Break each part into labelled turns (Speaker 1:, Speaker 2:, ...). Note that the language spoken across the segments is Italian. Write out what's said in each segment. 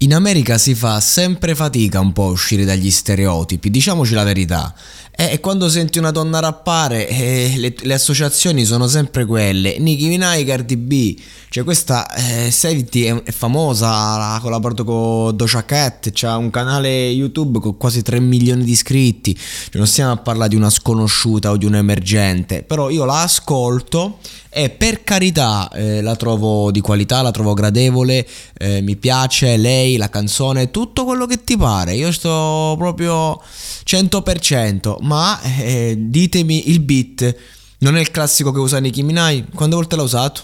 Speaker 1: In America si fa sempre fatica un po' a uscire dagli stereotipi, diciamoci la verità. E quando senti una donna rappare, le associazioni sono sempre quelle. Nicki Minaj, Cardi B. Cioè questa Savity è famosa, ha collaborato con Doja Cat, c'ha un canale YouTube con quasi 3 milioni di iscritti. Cioè non stiamo a parlare di una sconosciuta o di un emergente, però io la ascolto e per carità la trovo di qualità, la trovo gradevole, mi piace lei, la canzone, tutto quello che ti pare. Io sto proprio 100%, ma ditemi il beat. Non è il classico che usa Nicki Minaj? Quante volte l'ha usato?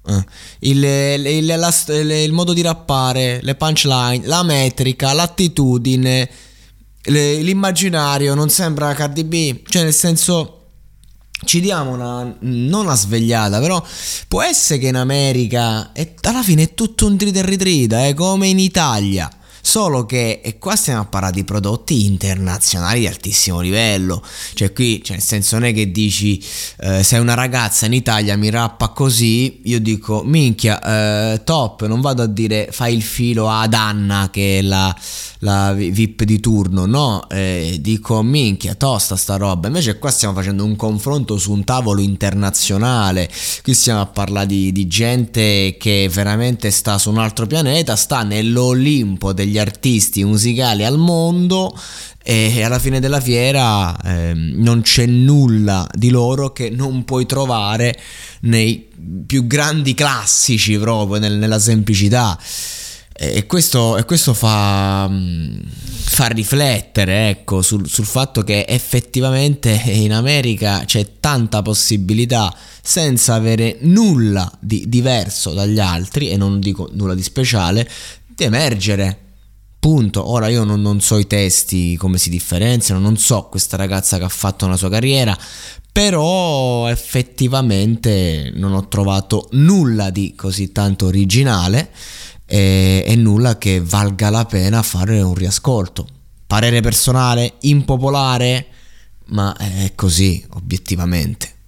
Speaker 1: Il modo di rappare, le punchline, la metrica, l'attitudine, l'immaginario non sembra Cardi B, cioè nel senso ci diamo non una svegliata, però può essere che in America alla fine è tutto un trita e ritrita, come in Italia. Solo che e qua stiamo a parlare di prodotti internazionali di altissimo livello. Cioè qui, cioè nel senso, non è che dici sei una ragazza in Italia mi rappa così, io dico minchia, top, non vado a dire fai il filo ad Anna che è la VIP di turno, no, dico minchia tosta sta roba. Invece qua stiamo facendo un confronto su un tavolo internazionale. Qui stiamo a parlare di gente che veramente sta su un altro pianeta, sta nell'Olimpo degli artisti musicali al mondo, e alla fine della fiera non c'è nulla di loro che non puoi trovare nei più grandi classici, proprio nella semplicità. E questo fa riflettere, ecco, sul fatto che effettivamente in America c'è tanta possibilità, senza avere nulla di diverso dagli altri, e non dico nulla di speciale, di emergere. Punto. Ora io non so i testi come si differenziano, non so questa ragazza che ha fatto una sua carriera, però effettivamente non ho trovato nulla di così tanto originale e nulla che valga la pena fare un riascolto. Parere personale, impopolare, ma è così obiettivamente.